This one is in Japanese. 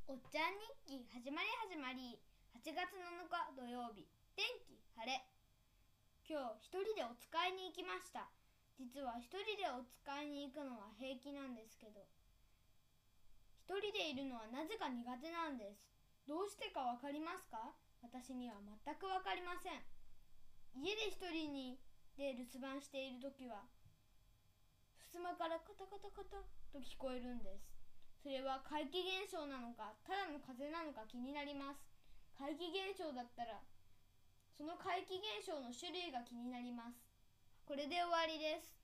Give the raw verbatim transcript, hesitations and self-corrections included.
おっちゃん日記始まり始まり。はちがつなのか土曜日、天気晴れ。今日一人でお使いに行きました。実は一人でお使いに行くのは平気なんですけど、一人でいるのはなぜか苦手なんです。どうしてかわかりますか？私には全くわかりません。家で一人にで留守番しているときは、襖からカタカタカタと聞こえるんです。それは怪奇現象なのか、ただの風なのか気になります。怪奇現象だったら、その怪奇現象の種類が気になります。これで終わりです。